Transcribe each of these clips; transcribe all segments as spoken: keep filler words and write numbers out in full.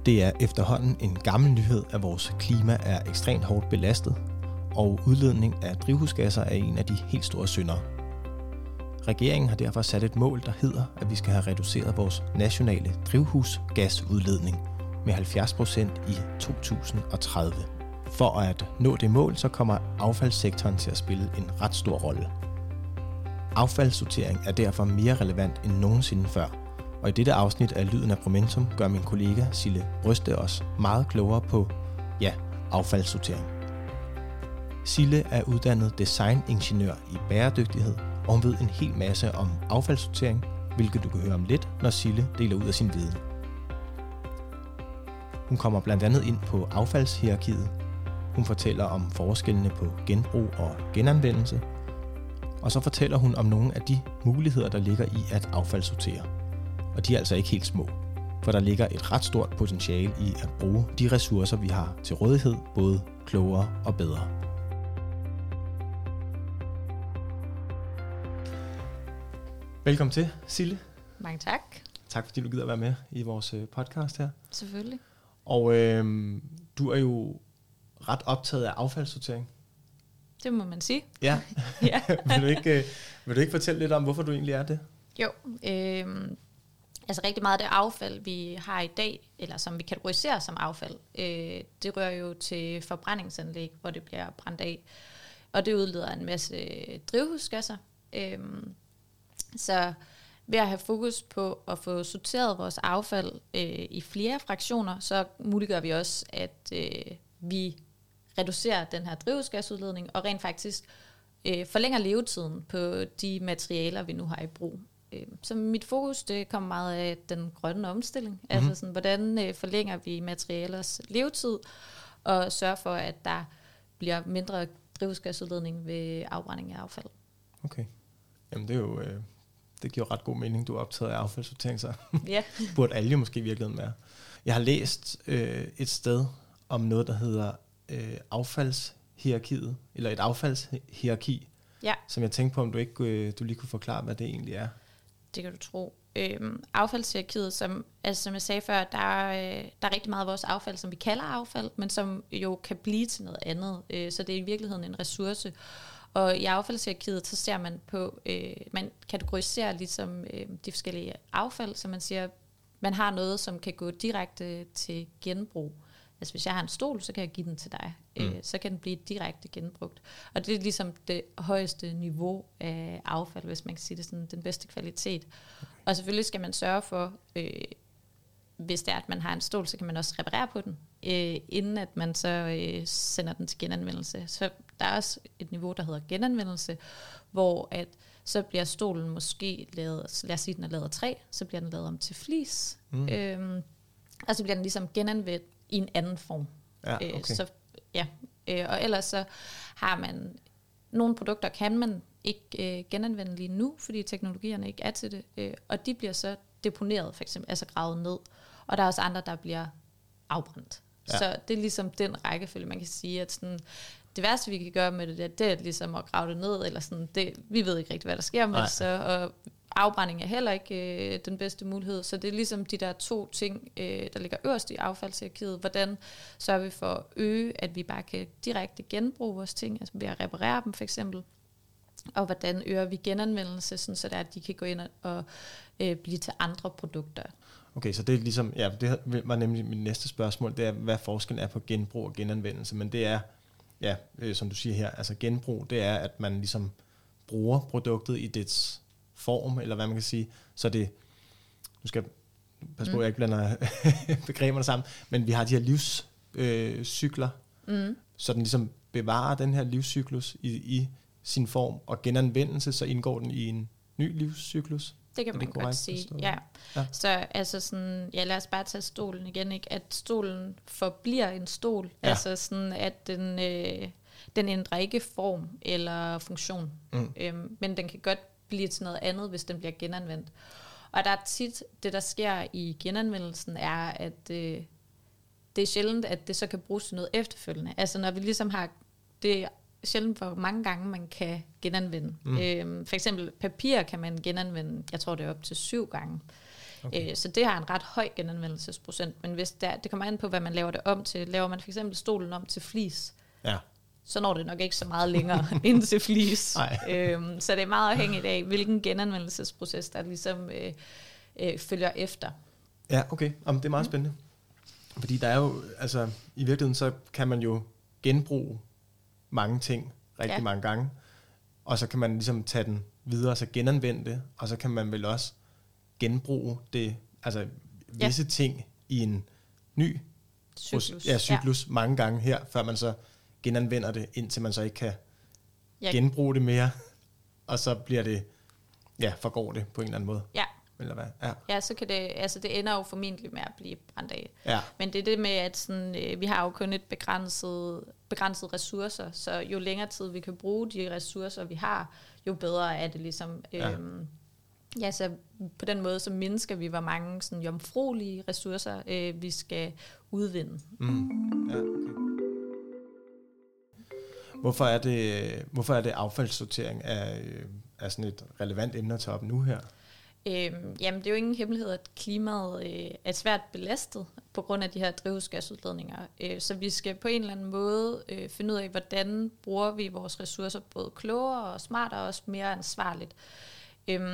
Det er efterhånden en gammel nyhed, at vores klima er ekstremt hårdt belastet, og udledning af drivhusgasser er en af de helt store syndere. Regeringen har derfor sat et mål, der hedder, at vi skal have reduceret vores nationale drivhusgasudledning med halvfjerds procent i to tusind og tredive. For at nå det mål, så kommer affaldssektoren til at spille en ret stor rolle. Affaldssortering er derfor mere relevant end nogensinde før, og i dette afsnit af Lyden af Promentum gør min kollega Sille Bryste os meget klogere på, ja, affaldssortering. Sille er uddannet designingeniør i bæredygtighed, og hun ved en hel masse om affaldssortering, hvilket du kan høre om lidt, når Sille deler ud af sin viden. Hun kommer blandt andet ind på affaldshierarkiet. Hun fortæller om forskellene på genbrug og genanvendelse, og så fortæller hun om nogle af de muligheder, der ligger i at affaldssortere. Og de er altså ikke helt små, for der ligger et ret stort potentiale i at bruge de ressourcer, vi har til rådighed, både klogere og bedre. Velkommen til, Sille. Mange tak. Tak fordi du gider være med i vores podcast her. Selvfølgelig. Og øh, du er jo ret optaget af affaldssortering. Det må man sige. Ja. ja. vil, du ikke, vil du ikke fortælle lidt om, hvorfor du egentlig er det? Jo, øh, altså rigtig meget af det affald, vi har i dag, eller som vi kategoriserer som affald, øh, det rører jo til forbrændingsanlæg, hvor det bliver brændt af. Og det udleder en masse drivhusgasser. Øh, så ved at have fokus på at få sorteret vores affald øh, i flere fraktioner, så muliggør vi også, at øh, vi reducerer den her drivhusgasudledning, og rent faktisk øh, forlænger levetiden på de materialer, vi nu har i brug. Øh, så mit fokus, det kommer meget af den grønne omstilling. Mm-hmm. Altså sådan, hvordan øh, forlænger vi materialers levetid, og sørger for, at der bliver mindre drivhusgasudledning ved afbrænding af affald. Okay. Jamen det er jo... Øh Det giver ret god mening, du er optaget af affaldssortering, så ja. burde alle jo måske i virkeligheden være. Jeg har læst øh, et sted om noget, der hedder øh, affaldshierarkiet, eller et affaldshierarki, ja. Som jeg tænkte på, om du ikke øh, du lige kunne forklare, hvad det egentlig er. Det kan du tro. Øhm, affaldshierarkiet, som, altså, som jeg sagde før, der er, øh, der er rigtig meget af vores affald, som vi kalder affald, men som jo kan blive til noget andet. Øh, så det er i virkeligheden en ressource. Og i affaldshierarkiet, så ser man på, øh, man kategoriserer ligesom øh, de forskellige affald, så man siger, man har noget, som kan gå direkte til genbrug. Altså hvis jeg har en stol, så kan jeg give den til dig. Mm. Øh, så kan den blive direkte genbrugt. Og det er ligesom det højeste niveau af affald, hvis man kan sige det sådan, den bedste kvalitet. Okay. Og selvfølgelig skal man sørge for, øh, hvis det er, at man har en stol, så kan man også reparere på den, øh, inden at man så øh, sender den til genanvendelse. Så der er også et niveau, der hedder genanvendelse, hvor at så bliver stolen måske lavet, lad os sige, den er lavet af træ, så bliver den lavet om til flis, mm. øhm, og så bliver den ligesom genanvendt i en anden form. Ja, okay. øh, så, ja. øh, og ellers så har man, nogle produkter kan man ikke øh, genanvende lige nu, fordi teknologierne ikke er til det, øh, og de bliver så deponeret, for eksempel, altså gravet ned. Og der er også andre, der bliver afbrændt. Ja. Så det er ligesom den rækkefølge, man kan sige, at sådan, det værste, vi kan gøre med det, der, det er ligesom at grave det ned, eller sådan, det, vi ved ikke rigtig, hvad der sker med det, så, og afbrænding er heller ikke øh, den bedste mulighed. Så det er ligesom de der to ting, øh, der ligger øverst i affaldshierarkiet. Hvordan sørger vi for at øge, at vi bare kan direkte genbruge vores ting, altså ved at reparere dem for eksempel, og hvordan øger vi genanvendelse, sådan, så der, at de kan gå ind og, og øh, blive til andre produkter. Okay, så det er ligesom, ja, det var nemlig mit næste spørgsmål, det er, hvad forskellen er på genbrug og genanvendelse, men det er, ja, øh, som du siger her, altså genbrug, det er, at man ligesom bruger produktet i dets form, eller hvad man kan sige, så det, nu skal jeg passe på, mm. at jeg ikke blander begreberne sammen, men vi har de her livscykler, øh, mm. så den ligesom bevarer den her livscyklus i, i sin form, og genanvendelse, så indgår den i en ny livscyklus. Det kan man godt sige, ja. ja. Så altså sådan, ja, lad os bare tage stolen igen, ikke? At stolen forbliver en stol, ja. Altså sådan, at den, øh, den ændrer ikke form eller funktion, mm. øhm, men den kan godt blive til noget andet, hvis den bliver genanvendt. Og der er tit, det der sker i genanvendelsen, er, at øh, det er sjældent, at det så kan bruges til noget efterfølgende. Altså når vi ligesom har det sjældent, hvor mange gange man kan genanvende. Mm. Øhm, for eksempel papir kan man genanvende, jeg tror det er op til syv gange. Okay. Øh, så det har en ret høj genanvendelsesprocent, men hvis der, det kommer an på, hvad man laver det om til. Laver man for eksempel stolen om til flis, ja. så når det nok ikke så meget længere ind til flis. Øhm, så det er meget afhængigt af, hvilken genanvendelsesproces, der ligesom øh, øh, følger efter. Ja, okay. Jamen, det er meget spændende. Fordi der er jo, altså i virkeligheden, så kan man jo genbruge mange ting rigtig ja. mange gange, og så kan man ligesom tage den videre, så genanvende det, og så kan man vel også genbruge det, altså visse ja. ting i en ny cyklus, ja, cyklus ja. mange gange her, før man så genanvender det, indtil man så ikke kan ja. genbruge det mere, og så bliver det, ja, forgår det på en eller anden måde. Ja. Eller hvad? Ja. ja, så kan det, altså det ender jo formentlig med at blive brændt af. Ja. Men det er det med, at sådan, øh, vi har jo kun et begrænset, begrænset ressourcer, så jo længere tid vi kan bruge de ressourcer, vi har, jo bedre er det ligesom. Ja. Øhm, ja, så på den måde, så mindsker vi, hvor mange sådan, jomfruelige ressourcer øh, vi skal udvinde. Mm. Ja, okay. Hvorfor er det, hvorfor er det affaldssortering af, af sådan et relevant emne at tage op nu her? Øhm, jamen, det er jo ingen hemmelighed, at klimaet øh, er svært belastet på grund af de her drivhusgasudledninger. Øh, så vi skal på en eller anden måde øh, finde ud af, hvordan bruger vi vores ressourcer både klogere og smartere og også mere ansvarligt. Øhm,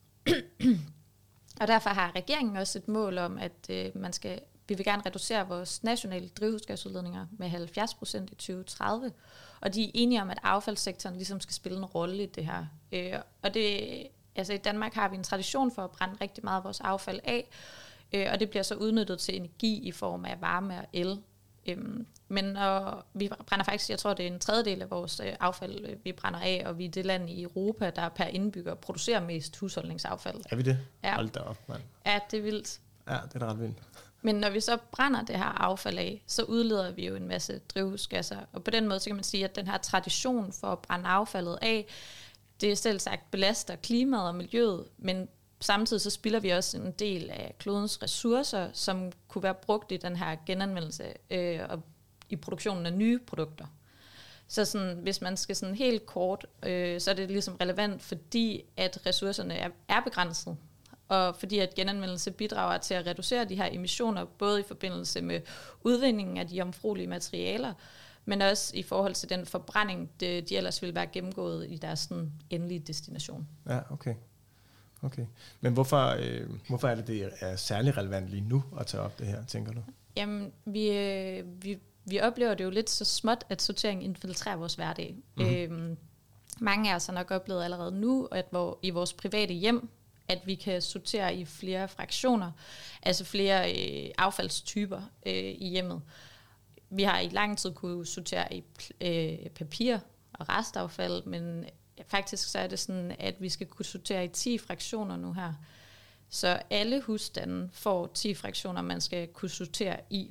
og derfor har regeringen også et mål om, at øh, man skal, vi vil gerne reducere vores nationale drivhusgasudledninger med halvfjerds procent i tyve tredive. Og de er enige om, at affaldssektoren ligesom skal spille en rolle i det her. Øh, og det Altså i Danmark har vi en tradition for at brænde rigtig meget af vores affald af, øh, og det bliver så udnyttet til energi i form af varme og el. Øhm, men når vi brænder faktisk, jeg tror det er en tredjedel af vores øh, affald, øh, vi brænder af, og vi er det land i Europa, der per indbygger producerer mest husholdningsaffald. Er vi det? Ja. Hold da op, mand. Ja, det er vildt. Ja, det er da ret vildt. Men når vi så brænder det her affald af, så udleder vi jo en masse drivhusgasser, og på den måde så kan man sige, at den her tradition for at brænde affaldet af, det er selv sagt belaster klimaet og miljøet, men samtidig så spilder vi også en del af klodens ressourcer, som kunne være brugt i den her genanvendelse øh, og i produktionen af nye produkter. Så sådan, hvis man skal sådan helt kort, øh, så er det ligesom relevant, fordi at ressourcerne er, er begrænset, og fordi at genanvendelse bidrager til at reducere de her emissioner, både i forbindelse med udvindingen af de jomfruelige materialer, men også i forhold til den forbrænding, de, de ellers ville være gennemgået i deres sådan, endelige destination. Ja, okay. okay. Men hvorfor, øh, hvorfor er det, det er særlig relevant lige nu at tage op det her, tænker du? Jamen, vi, øh, vi, vi oplever det jo lidt så småt, at sortering infiltrerer vores hverdag. Mm-hmm. Øhm, mange af os har nok oplevet allerede nu, at hvor, i vores private hjem, at vi kan sortere i flere fraktioner, altså flere øh, affaldstyper øh, i hjemmet. Vi har i lang tid kunne sortere i øh, papir og restaffald, men faktisk så er det sådan, at vi skal kunne sortere i ti fraktioner nu her. Så alle husstande får ti fraktioner, man skal kunne sortere i.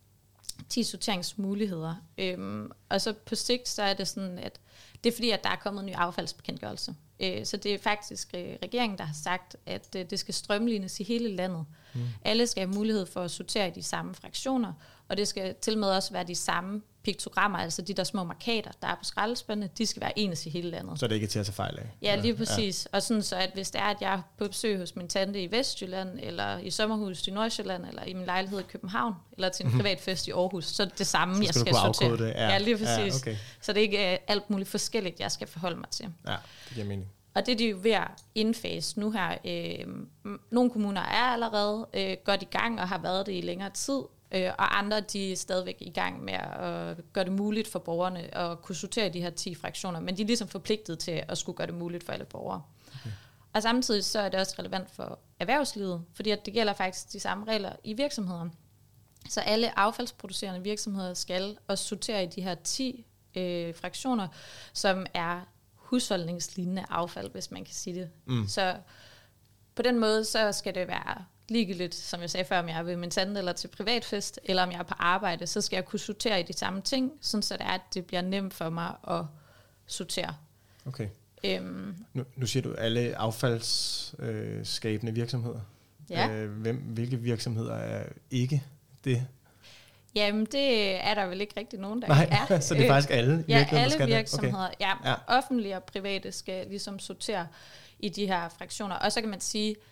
ti sorteringsmuligheder. Øhm, og så på sigt, så er det sådan, at det er fordi, at der er kommet en ny affaldsbekendtgørelse. Øh, så det er faktisk øh, regeringen, der har sagt, at øh, det skal strømlines i hele landet. Mm. Alle skal have mulighed for at sortere i de samme fraktioner, og det skal til med også være de samme piktogrammer, altså de der små markader, der er på skraldespandene, de skal være ens i hele landet. Så det ikke er til at tage fejl af? Ja, lige præcis. Ja. Og sådan så, at hvis det er, at jeg er på besøg hos min tante i Vestjylland, eller i sommerhus i Nordsjælland, eller i min lejlighed i København, eller til en mm-hmm. privat fest i Aarhus, så er det det samme, så jeg skal sortere. Det. Ja. ja, lige præcis. Ja, okay. Så det er ikke uh, alt muligt forskelligt, jeg skal forholde mig til. Ja, det giver mening. Og det er de jo ved at indfase nu her. Øh, nogle kommuner er allerede øh, godt i gang og har været det i længere tid, øh, og andre de er stadigvæk i gang med at gøre det muligt for borgerne at kunne sortere de her ti fraktioner, men de er ligesom forpligtet til at skulle gøre det muligt for alle borgere. Okay. Og samtidig så er det også relevant for erhvervslivet, fordi at det gælder faktisk de samme regler i virksomheder. Så alle affaldsproducerende virksomheder skal også sortere i de her ti øh, fraktioner, som er husholdningslignende affald, hvis man kan sige det. Mm. Så på den måde, så skal det være ligegyldigt, som jeg sagde før, om jeg er ved min tante eller til privatfest, eller om jeg er på arbejde, så skal jeg kunne sortere i de samme ting, sådan så det er, at det bliver nemt for mig at sortere. Okay. Øhm, nu, nu siger du alle affaldsskabende øh, virksomheder. Ja. Øh, hvem, hvilke virksomheder er ikke det? Jamen, det er der vel ikke rigtig nogen, der Nej, er. så det er faktisk alle ja, alle skal virksomheder. Okay. Ja, ja, offentlige og private skal ligesom sortere i de her fraktioner. Og så kan man sige,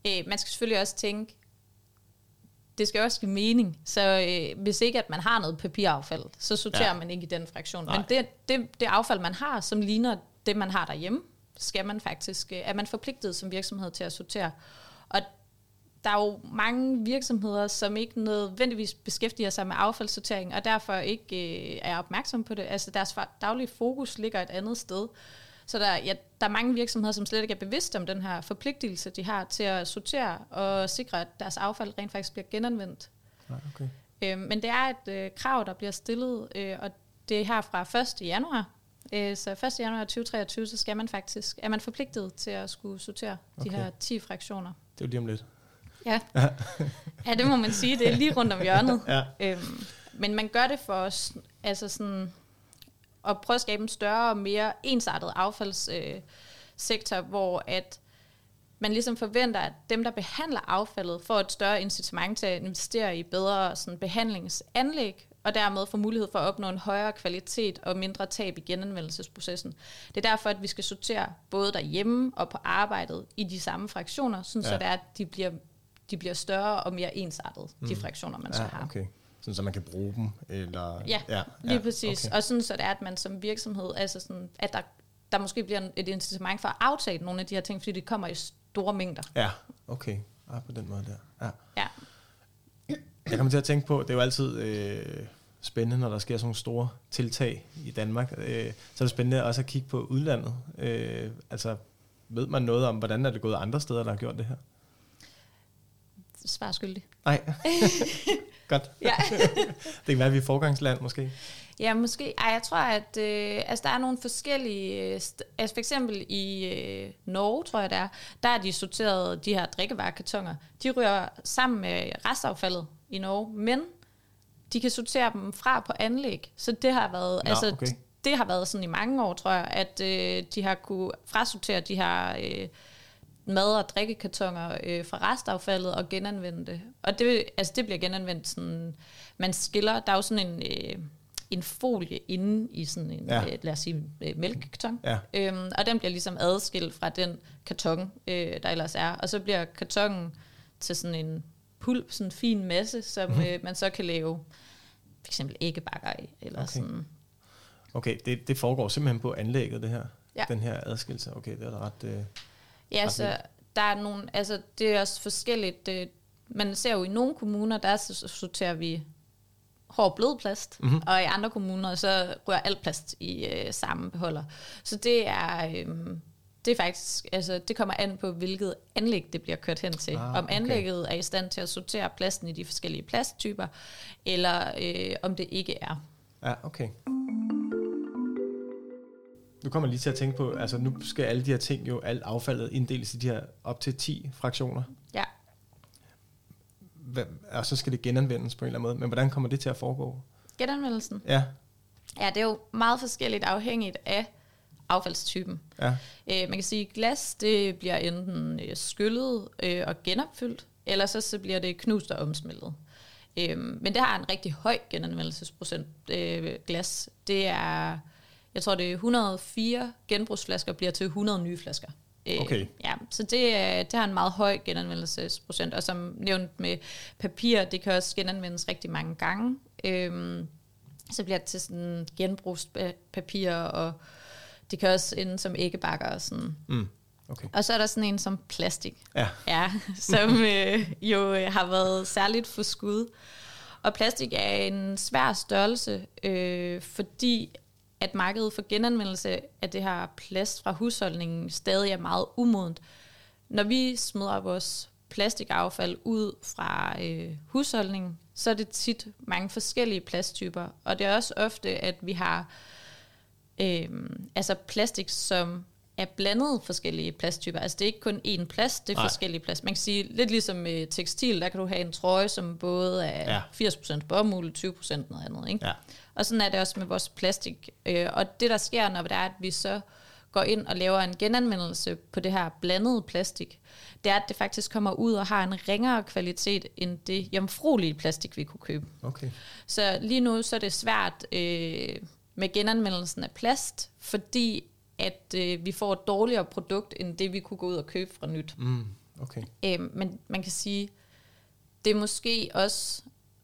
Øh, man skal selvfølgelig også tænke, det skal også give mening, så øh, hvis ikke at man har noget papiraffald, så sorterer ja. man ikke i den fraktion. Nej. Men det, det, det affald, man har, som ligner det, man har derhjemme, skal man faktisk, øh, er man forpligtet som virksomhed til at sortere. Og der er jo mange virksomheder, som ikke nødvendigvis beskæftiger sig med affaldssortering, og derfor ikke øh, er opmærksom på det. Altså deres daglige fokus ligger et andet sted. Så der, ja, der er mange virksomheder, som slet ikke er bevidste om den her forpligtelse, de har til at sortere og sikre, at deres affald rent faktisk bliver genanvendt. Ja, okay. øh, men det er et øh, krav, der bliver stillet, øh, og det er her fra første januar. Øh, så første januar tyve treogtyve, så skal man faktisk, er man forpligtet til at skulle sortere okay. de her ti fraktioner. Det er jo lige om lidt. Ja. Ja, det må man sige. Det er lige rundt om hjørnet. Ja. Øhm, men man gør det for os, altså sådan, at prøve at skabe en større og mere ensartet affaldssektor, øh, hvor at man ligesom forventer, at dem, der behandler affaldet, får et større incitament til at investere i bedre sådan, behandlingsanlæg, og dermed få mulighed for at opnå en højere kvalitet og mindre tab i genanvendelsesprocessen. Det er derfor, at vi skal sortere både derhjemme og på arbejdet i de samme fraktioner, sådan ja. så det er, at de bliver de bliver større og mere ensartet, mm. de fraktioner, man ja, så har. Okay. Sådan, så man kan bruge dem? Eller, ja, ja, lige ja, præcis. Okay. Og sådan, så det er, at man som virksomhed, altså sådan, at der, der måske bliver et incitament for at aftage nogle af de her ting, fordi det kommer i store mængder. Ja, okay. Ja, på den måde der. Ja. ja. Jeg kommer til at tænke på, det er jo altid øh, spændende, når der sker sådan nogle store tiltag i Danmark. Øh, så er det spændende også at kigge på udlandet. Øh, altså, ved man noget om, hvordan er det gået andre steder, der har gjort det her? Svar skyldig. Nej. Godt. Ja. Det kan være, at vi er forgangsland måske. Ja, måske. Ej, jeg tror, at øh, altså, der er nogle forskellige... Altså for eksempel i øh, Norge, tror jeg det er, der er de sorteret de her drikkevarekartoner. De rører sammen med restaffaldet i Norge, men de kan sortere dem fra på anlæg. Så det har været... Nå, altså, okay. Det har været sådan i mange år, tror jeg, at øh, de har kunne frasortere de her... Øh, mad- og drikkekartoner øh, fra restaffaldet og genanvende det. Og det, altså det bliver genanvendt sådan, man skiller, der er jo sådan en, øh, en folie inde i sådan en, ja. øh, lad os sige, øh, mælkekarton. Ja. Øhm, og den bliver ligesom adskilt fra den karton, øh, der ellers er. Og så bliver kartongen til sådan en pulp, sådan en fin masse, som mm-hmm. øh, man så kan lave for eksempel æggebakker i. Eller okay, sådan. okay det, det foregår simpelthen på anlægget, det her? Ja. Den her adskillelse? Okay, det er da ret... Øh Ja, så der er nogle, altså det er også forskelligt. Det, man ser jo i nogle kommuner, der sorterer vi hård blød plast, mm-hmm. og i andre kommuner, så rører alt plast i øh, samme beholder. Så det er, øh, det er faktisk, altså det kommer an på, hvilket anlæg det bliver kørt hen til. Ah, om anlægget okay. er i stand til at sortere plasten i de forskellige plasttyper, eller øh, om det ikke er. Ja, okay. Nu kommer jeg lige til at tænke på, altså nu skal alle de her ting jo, alt affaldet inddeles i de her op til ti fraktioner. Ja. Hvad, og så skal det genanvendes på en eller anden måde. Men hvordan kommer det til at foregå? Genanvendelsen? Ja. Ja, det er jo meget forskelligt afhængigt af affaldstypen. Ja. Øh, man kan sige, at glas, det bliver enten øh, skyllet øh, og genopfyldt, eller så, så bliver det knust og omsmeltet. Øh, men det har en rigtig høj genanvendelsesprocent øh, glas. Det er... Jeg tror, det er et hundrede og fire genbrugsflasker bliver til hundrede nye flasker. Okay. Ja, så det, det har en meget høj genanvendelsesprocent. Og som nævnt med papir, det kan også genanvendes rigtig mange gange. Øhm, så bliver det til sådan genbrugspapir, og det kan også ende som æggebakker og sådan. Mm. Okay. Og så er der sådan en som plastik, ja. Ja, som øh, jo har været særligt for skud. Og plastik er en svær størrelse, øh, fordi at markedet for genanvendelse af det her plast fra husholdningen stadig er meget umodent. Når vi smider vores plastikaffald ud fra øh, husholdningen, så er det tit mange forskellige plasttyper. Og det er også ofte, at vi har øh, altså plastik, som er blandet forskellige plasttyper. Altså det er ikke kun én plast, det er Nej. forskellige plast. Man kan sige, lidt ligesom med tekstil, der kan du have en trøje, som både er ja. firs procent bomuld, tyve procent noget andet. Ikke? Ja. Og sådan er det også med vores plastik. Og det der sker, når det er, at vi så går ind og laver en genanvendelse på det her blandede plastik, det er, at det faktisk kommer ud og har en ringere kvalitet end det jomfruelige plastik, vi kunne købe. Okay. Så lige nu så er det svært øh, med genanvendelsen af plast, fordi at øh, vi får et dårligere produkt, end det vi kunne gå ud og købe fra nyt. Mm. Okay. Øhm, men man kan sige, det er måske også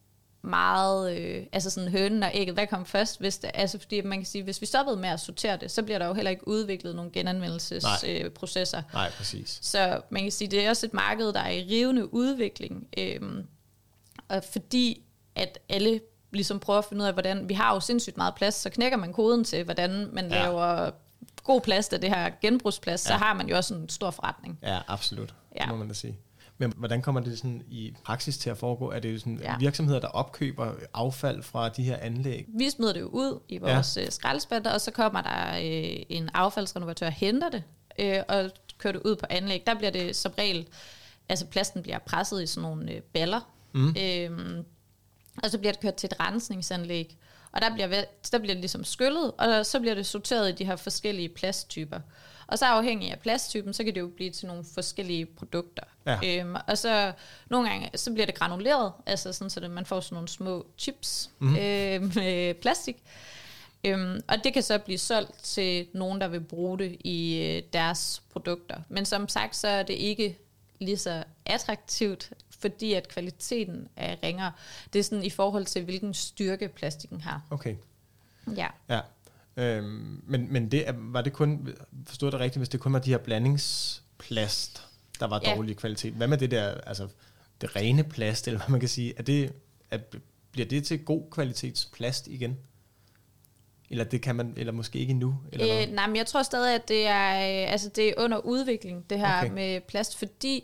meget, øh, altså sådan hønen og ægget, hvad kom først? Hvis det, altså fordi man kan sige, hvis vi stoppede med at sortere det, så bliver der jo heller ikke udviklet nogle genanvendelsesprocesser. Nej. Øh, Nej, præcis. Så man kan sige, det er også et marked, der er i rivende udvikling. Øhm, og fordi at alle ligesom prøver at finde ud af, hvordan, vi har jo sindssygt meget plads, så knækker man koden til, hvordan man ja. laver god plads af det her genbrugsplads, ja. så har man jo også en stor forretning. Ja, absolut. Ja. Det må man da sige. Men hvordan kommer det sådan i praksis til at foregå? Er det sådan ja. virksomheder, der opkøber affald fra de her anlæg? Vi smider det jo ud i vores ja. skraldespandter, og så kommer der øh, en affaldsrenovatør og henter det, øh, og kører det ud på anlæg. Der bliver det som regel, altså plasten bliver presset i sådan nogle øh, baller, mm. øh, og så bliver det kørt til et rensningsanlæg, og der bliver, der bliver det ligesom skyllet, og så bliver det sorteret i de her forskellige plasttyper. Og så afhængig af plasttypen, så kan det jo blive til nogle forskellige produkter. Ja. Øhm, og så nogle gange, så bliver det granuleret, altså sådan, så det, man får sådan nogle små chips mm. øh, med plastik. Øhm, og det kan så blive solgt til nogen, der vil bruge det i øh, deres produkter. Men som sagt, så er det ikke lige så attraktivt, fordi at kvaliteten er ringere. Det er sådan i forhold til, hvilken styrke plastikken har. Okay. Ja. Ja. Øhm, men men det, var det kun, forstod jeg det rigtigt, hvis det kun var de her blandingsplast, der var ja. dårlig kvalitet. Hvad med det der, altså det rene plast, eller hvad man kan sige, er det, er, bliver det til god kvalitetsplast igen? Eller det kan man, eller måske ikke endnu? Eller øh, nej, men jeg tror stadig, at det er, altså det er under udvikling, det her okay. med plast, fordi,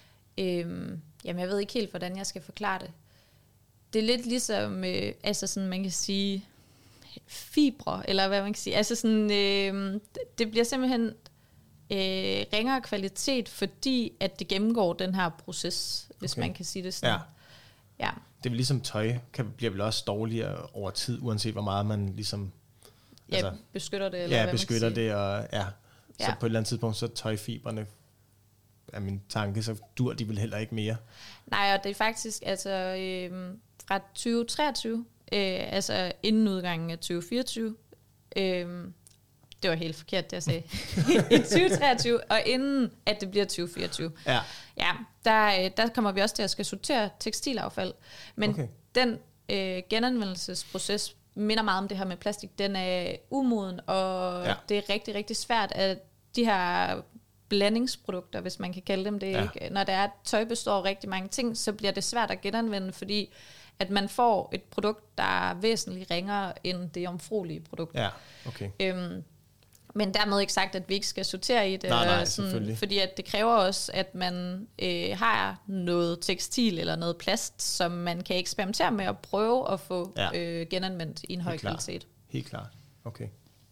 øhm, jamen jeg ved ikke helt, hvordan jeg skal forklare det. Det er lidt ligesom, øh, altså sådan man kan sige, fibre, eller hvad man kan sige. Altså sådan, øh, det bliver simpelthen øh, ringere kvalitet, fordi at det gennemgår den her proces, hvis okay. man kan sige det sådan. Ja. Ja. Det er vel ligesom tøj, kan, bliver vel også dårligere over tid, uanset hvor meget man ligesom ja, altså, beskytter det. Eller ja, hvad beskytter man kan sige. det, og ja. Ja. Så på et eller andet tidspunkt, så tøjfiberne, er min tanke, så dur de vel heller ikke mere. Nej, og det er faktisk, altså øh, fra tyve treogtyve, Øh, altså inden udgangen af tyve fireogtyve. Øh, det var helt forkert, det jeg sagde. I tyve treogtyve, og inden at det bliver tyve fireogtyve. Ja. Ja, der, der kommer vi også til at skal sortere tekstilaffald. Men okay. den øh, genanvendelsesproces minder meget om det her med plastik. Den er umoden, og ja. det er rigtig, rigtig svært, at de her blandingsprodukter, hvis man kan kalde dem det, ja. ikke? Når der er tøj består af rigtig mange ting, så bliver det svært at genanvende, fordi at man får et produkt, der er væsentligt ringere end det jomfruelige produkt. Ja, okay. Øhm, men dermed ikke sagt, at vi ikke skal sortere i det, nej, nej, sådan, fordi at det kræver også, at man øh, har noget tekstil eller noget plast, som man kan eksperimentere med og prøve at få ja. øh, genanvendt i en høj kvalitet. Helt klart. Okay.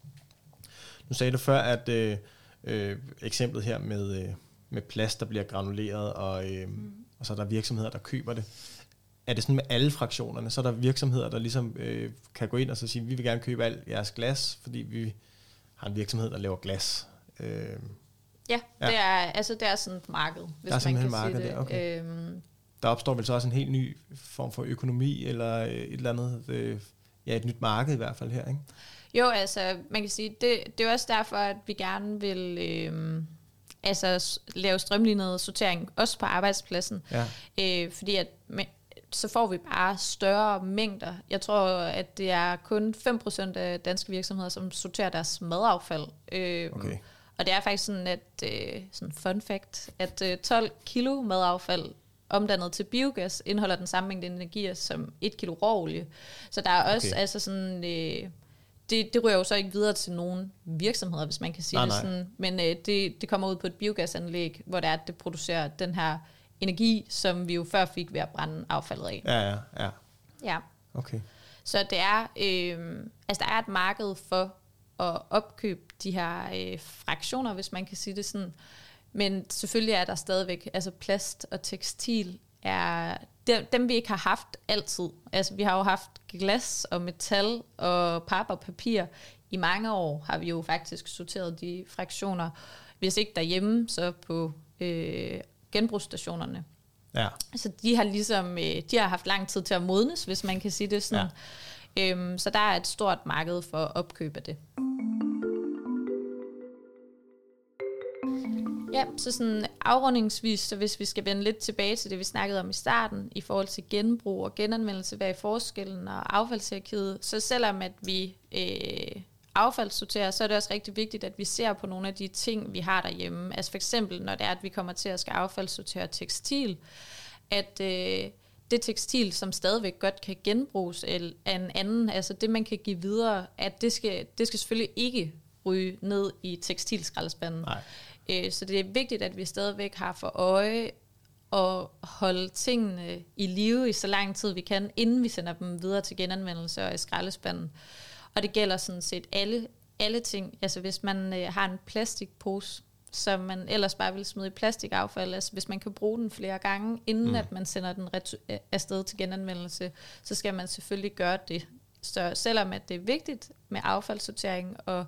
Nu sagde du før, at øh, øh, eksemplet her med, øh, med plast, der bliver granuleret, og, øh, mm. og så er der virksomheder, der køber det. Er det sådan med alle fraktionerne? Så er der virksomheder, der ligesom øh, kan gå ind og så sige, vi vil gerne købe alt jeres glas, fordi vi har en virksomhed, der laver glas. Øh, ja, ja. Det, er, altså, det er sådan et marked, hvis der er man kan marked sige det. Der, okay. øhm. der opstår vel så også en helt ny form for økonomi, eller et eller andet, øh, ja, et nyt marked i hvert fald her, ikke? Jo, altså, man kan sige, det, det er også derfor, at vi gerne vil øh, altså, lave strømlignet sortering, også på arbejdspladsen. Ja. Øh, fordi at så får vi bare større mængder. Jeg tror, at det er kun fem procent af danske virksomheder, som sorterer deres madaffald. Øh, okay. Og det er faktisk sådan, at øh, sådan fun fact, at øh, tolv kilo madaffald omdannet til biogas indeholder den samme mængde energi som et kilo råolie. Så der er også okay. altså sådan, øh, det, det rører jo så ikke videre til nogen virksomheder, hvis man kan sige nej, det sådan. Men øh, det, det kommer ud på et biogasanlæg, hvor det er, at det producerer den her energi, som vi jo før fik ved at brænde affaldet af. Ja, ja, ja. Ja. Okay. Så det er, øh, altså der er et marked for at opkøbe de her øh, fraktioner, hvis man kan sige det sådan. Men selvfølgelig er der stadigvæk, altså plast og tekstil er dem, dem vi ikke har haft altid. Altså vi har jo haft glas og metal og pap og papir. I mange år har vi jo faktisk sorteret de fraktioner. Hvis ikke derhjemme, så på øh, genbrugsstationerne. Ja. Så de har ligesom, de har haft lang tid til at modnes, hvis man kan sige det sådan. Ja. Øhm, så der er et stort marked for at opkøbe det. Ja, så sådan afrundingsvis, så hvis vi skal vende lidt tilbage til det, vi snakkede om i starten, i forhold til genbrug og genanvendelse, hvad er forskellen og affaldshierarkiet, så selvom at vi øh, affaldssorterer, så er det også rigtig vigtigt, at vi ser på nogle af de ting, vi har derhjemme. Altså for eksempel, når det er, at vi kommer til at skal affaldssortere tekstil, at øh, det tekstil, som stadigvæk godt kan genbruges af en anden, altså det, man kan give videre, at det skal, det skal selvfølgelig ikke ryge ned i tekstilskraldespanden. Nej. Så det er vigtigt, at vi stadigvæk har for øje at holde tingene i live i så lang tid vi kan, inden vi sender dem videre til genanvendelse og i skraldespanden. Og det gælder sådan set alle, alle ting. Altså hvis man øh, har en plastikpose, som man ellers bare vil smide i plastikaffald, altså hvis man kan bruge den flere gange, inden mm. at man sender den retu- afsted til genanvendelse, så skal man selvfølgelig gøre det. Så selvom at det er vigtigt med affaldssortering og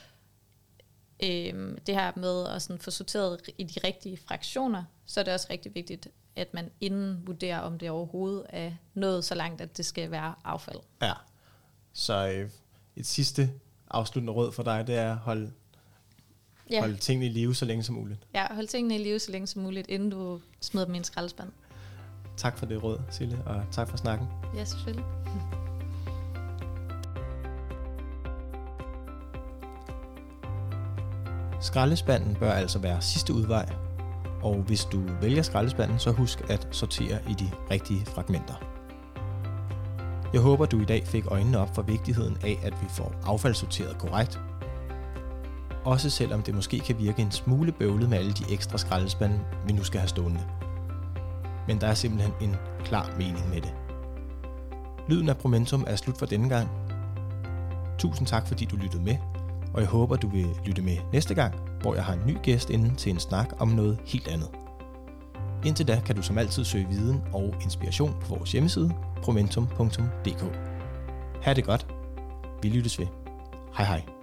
Øhm, det her med at sådan få sorteret i de rigtige fraktioner, så er det også rigtig vigtigt, at man inden vurderer, om det overhovedet er nået så langt, at det skal være affald. Ja, så øh, et sidste afsluttende råd for dig, det er at holde, ja. holde tingene i live så længe som muligt. Ja, holde tingene i live så længe som muligt, inden du smider dem i en skraldespand. Tak for det råd, Sille, og tak for snakken. Ja, selvfølgelig. Skraldespanden bør altså være sidste udvej, og hvis du vælger skraldespanden, så husk at sortere i de rigtige fragmenter. Jeg håber, du i dag fik øjnene op for vigtigheden af, at vi får affaldssorteret korrekt. Også selvom det måske kan virke en smule bøvlet med alle de ekstra skraldespande, vi nu skal have stående. Men der er simpelthen en klar mening med det. Lyden af Promentum er slut for denne gang. Tusind tak, fordi du lyttede med. Og jeg håber, du vil lytte med næste gang, hvor jeg har en ny gæst inde til en snak om noget helt andet. Indtil da kan du som altid søge viden og inspiration på vores hjemmeside, promentum punktum d k. Ha' det godt. Vi lyttes ved. Hej hej.